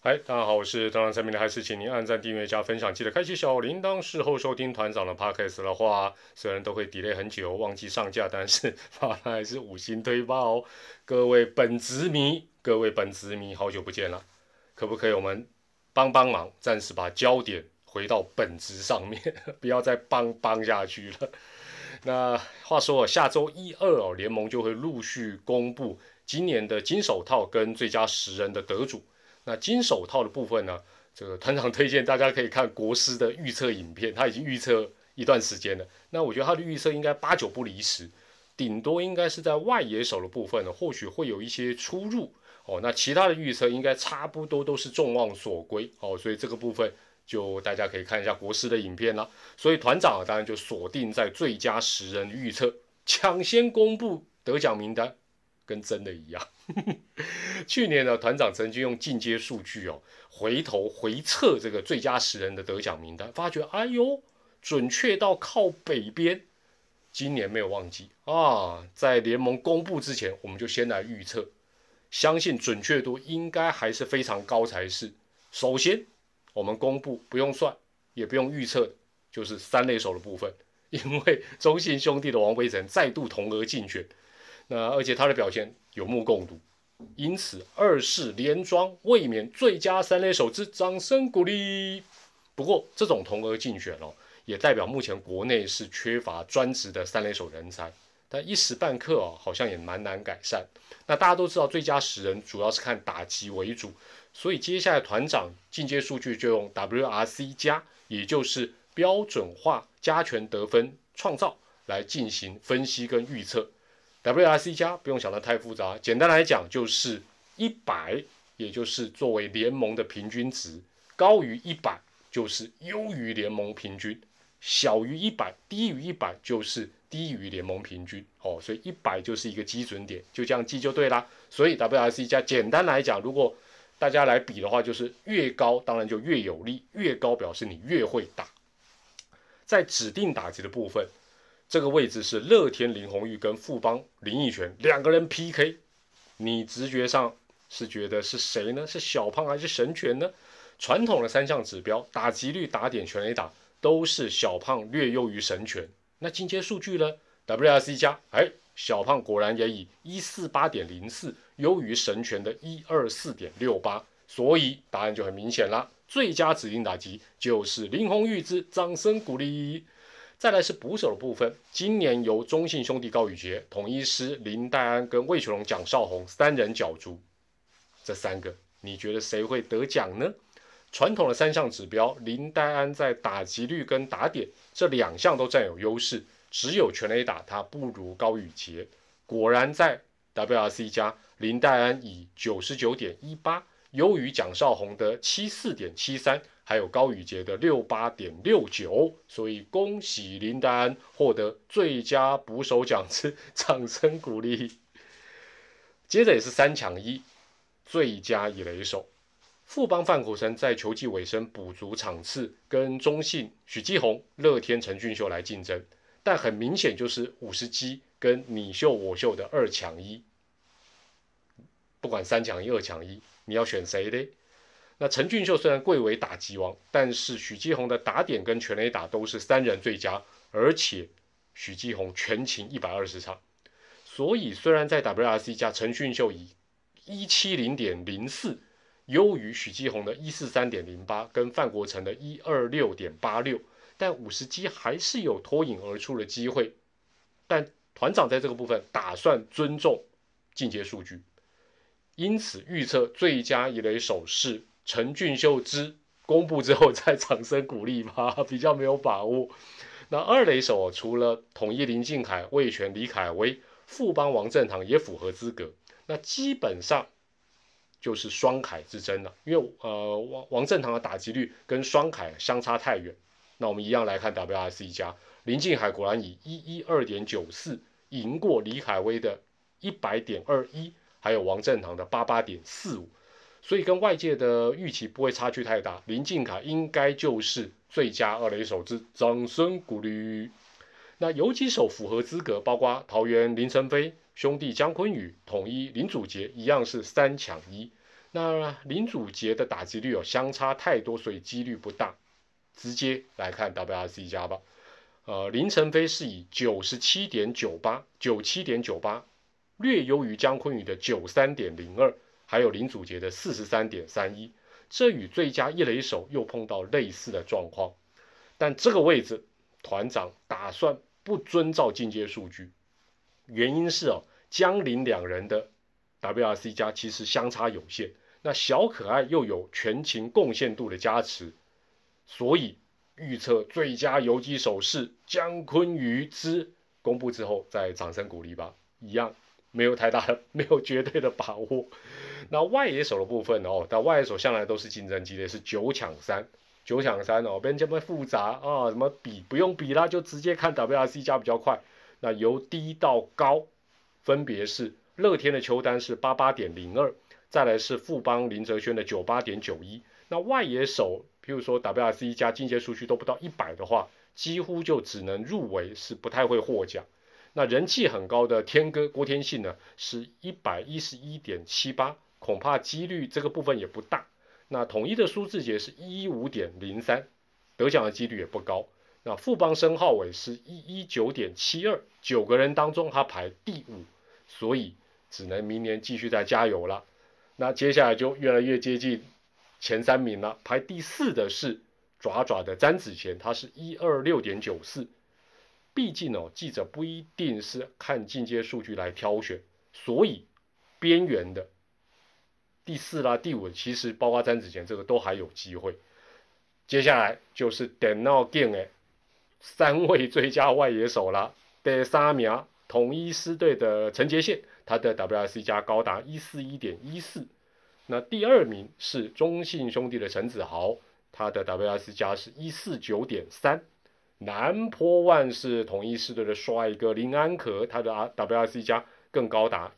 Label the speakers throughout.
Speaker 1: 嗨，大家好，我是团长陈明的，还是请您按赞、订阅、加分享，记得开启小铃铛。事后收听团长的 podcast 的话，虽然都会 delay 很久，忘记上架，但是发还是五星推爆哦。各位本职迷，好久不见了，可不可以我们帮忙，暂时把焦点回到本职上面，不要再帮下去了。那话说，下周一、二联盟就会陆续公布今年的金手套跟最佳10人的得主。那金手套的部分呢，这个团长推荐大家可以看国师的预测影片，他已经预测一段时间了。那我觉得他的预测应该8、9不离10，顶多应该是在外野手的部分呢，或许会有一些出入哦。那其他的预测应该差不多都是众望所归哦，所以这个部分就大家可以看一下国师的影片啦。所以团长当然就锁定在最佳10人预测，抢先公布得奖名单，跟真的一样。去年呢，团长曾经用进阶数据回测这个最佳10人的得奖名单，发觉哎呦，准确到靠北边。今年没有忘记啊，在联盟公布之前，我们就先来预测，相信准确度应该还是非常高才是。首先，我们公布不用算，也不用预测，就是三垒手的部分，因为中信兄弟的王威成再度同额竞选，那而且他的表现有目共睹。因此2世连庄，卫冕最佳三垒手之掌声鼓励。不过这种同额竞选也代表目前国内是缺乏专职的三垒手人才，但一时半刻好像也蛮难改善。那大家都知道最佳10人主要是看打击为主，所以接下来团长进阶数据就用 WRC 加，也就是标准化加权得分创造来进行分析跟预测。WRC 加不用想得太复杂，简单来讲就是100，也就是作为联盟的平均值，高于100就是优于联盟平均，小于100、低于100就是低于联盟平均。所以100就是一个基准点，就这样记就对啦。所以 WRC 加简单来讲，如果大家来比的话，就是越高当然就越有利，越高表示你越会打。在指定打击的部分，这个位置是乐天林泓育跟富邦林益全2个人 PK， 你直觉上是觉得是谁呢？是小胖还是神拳呢？传统的3项指标，打击率、打点、全垒打，都是小胖略优于神拳。那进阶数据呢 ？WRC 加，小胖果然也以148.04优于神拳的124.68，所以答案就很明显啦。最佳指定打击就是林泓育之掌声鼓励。再来是捕手的部分，今年由中信兄弟高宇杰、统一师林岱安跟魏全龙、蒋少红3人角逐，这3个你觉得谁会得奖呢？传统的3项指标，林岱安在打击率跟打点这2项都占有优势，只有全垒打他不如高宇杰。果然在 WRC 加，林岱安以99.18优于蒋少红的74.73，还有高宇杰的68.69，所以恭喜林岱安获得最佳捕手奖之掌声鼓励。接着也是3抢1，最佳一垒手。富邦范国成在球季尾声补足场次，跟中信许基宏、乐天陈俊秀来竞争，但很明显就是50基跟你秀我秀的2抢1，不管3抢1、2抢1，你要选谁呢？那陈俊秀虽然贵为打击王，但是许基宏的打点跟全垒打都是3人最佳，而且许基宏全勤120场，所以虽然在 WRC 加陈俊秀以170.04优于许基宏的143.08跟范国成的126.86，但50基还是有脱颖而出的机会。但团长在这个部分打算尊重进阶数据，因此预测最佳一垒手是陈俊秀之，公布之后再掌声鼓励吧，比较没有把握。那2垒手除了统一林敬凯、味全李凯威，富邦王正堂也符合资格。那基本上就是双凯之争了，因为王正堂的打击率跟双凯相差太远。那我们一样来看 WRC 加，林敬海果然以112.94赢过李凯威的100.21，还有王正堂的88.45，所以跟外界的预期不会差距太大。林敬凯应该就是最佳2垒手之掌声鼓励。那有几手符合资格，包括桃园林承飞、兄弟江坤宇、统一林祖杰，一样是3抢1。 那林祖杰的打击率相差太多，所以几率不大。直接来看 WRC 加吧。林承飞是以 97.98 略优于江坤宇的 93.02， 还有林祖杰的 43.31， 这与最佳一垒手又碰到类似的状况。但这个位置团长打算不遵照进阶数据，原因是江林两人的 WRC 加其实相差有限，那小可爱又有全勤贡献度的加持，所以预测最佳游击手是江坤宇之，公布之后再掌声鼓励吧，一样没有绝对的把握。那外野手的部分但外野手向来都是竞争激烈，是9抢3，别这么复杂啊，什么比不用比啦，就直接看 WRC 加比较快。那由低到高分别是乐天的邱丹是 88.02， 再来是富邦林哲轩的 98.91。那外野手譬如说 WRC 加进阶数据都不到100的话，几乎就只能入围，是不太会获奖。那人气很高的天哥郭天信呢是 111.78， 恐怕几率这个部分也不大。那统一的苏智杰是 115.03， 得奖的几率也不高。那富邦申浩伟是 119.72， 9个人当中他排第5，所以只能明年继续再加油了。那接下来就越来越接近前3名了，排第4的是爪爪的詹子贤，他是 126.94。 毕竟记者不一定是看进阶数据来挑选，所以边缘的第4啦第5其实包括詹子贤这个都还有机会。接下来就是电脑game的3位最佳外野手啦。第3名统一狮队的陈杰宪，他的 WRC 加高达 141.14。 那第2名是中信兄弟的陈子豪，他的 WRC 加是 149.3。 南坡万是统一狮队的帅哥林安可，他的 WRC 加更高达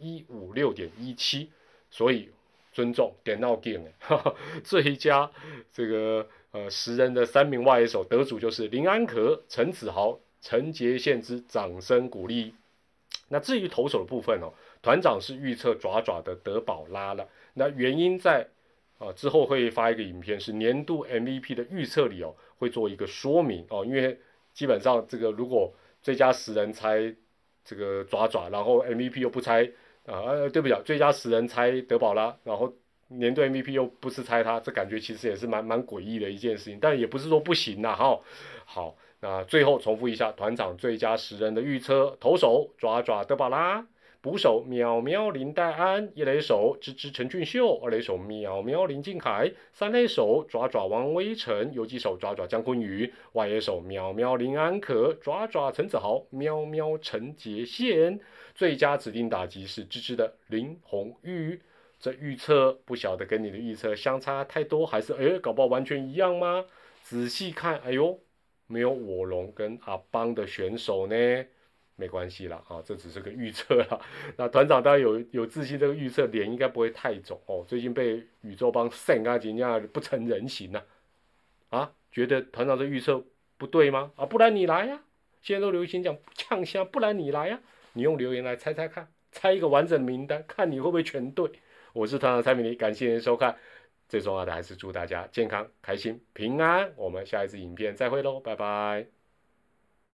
Speaker 1: 156.17。 所以尊重电脑 game 最佳这个10人的3名外野手得主就是林安可、陈子豪、陈杰宪之，掌声鼓励。那至于投手的部分团长是预测爪爪的德保拉了。那原因在之后会发一个影片，是年度 MVP 的预测里会做一个说明因为基本上这个如果最佳10人猜这个爪爪，然后 MVP 又不猜对不起，最佳10人猜德保拉，然后年度 MVP 又不是猜他，这感觉其实也是蛮诡异的一件事情，但也不是说不行啦好，那最后重复一下团长最佳10人的预测：投手爪爪德保拉，捕手喵喵林岱安，一垒手芝芝陈俊秀，二垒手喵喵林敬凯，三垒手爪爪王威成，游击手爪爪江坤宇，外野手喵喵林安可，爪爪陈子豪，喵喵陈杰宪。最佳指定打击是芝芝的林鸿玉。这预测不晓得跟你的预测相差太多，还是搞不好完全一样吗？仔细看，没有我龙跟阿邦的选手呢。没关系啦，这只是个预测啦。那团长当然有自信，这个预测脸应该不会太肿最近被宇宙帮扇啊，人家不成人形觉得团长这预测不对吗？不然你来呀！现在都流行讲呛虾，不然你来呀！你用留言来猜猜看，猜一个完整名单，看你会不会全对。我是团长蔡明黎，感谢您收看。最重要的还是祝大家健康、开心、平安。我们下一次影片再会喽，拜拜。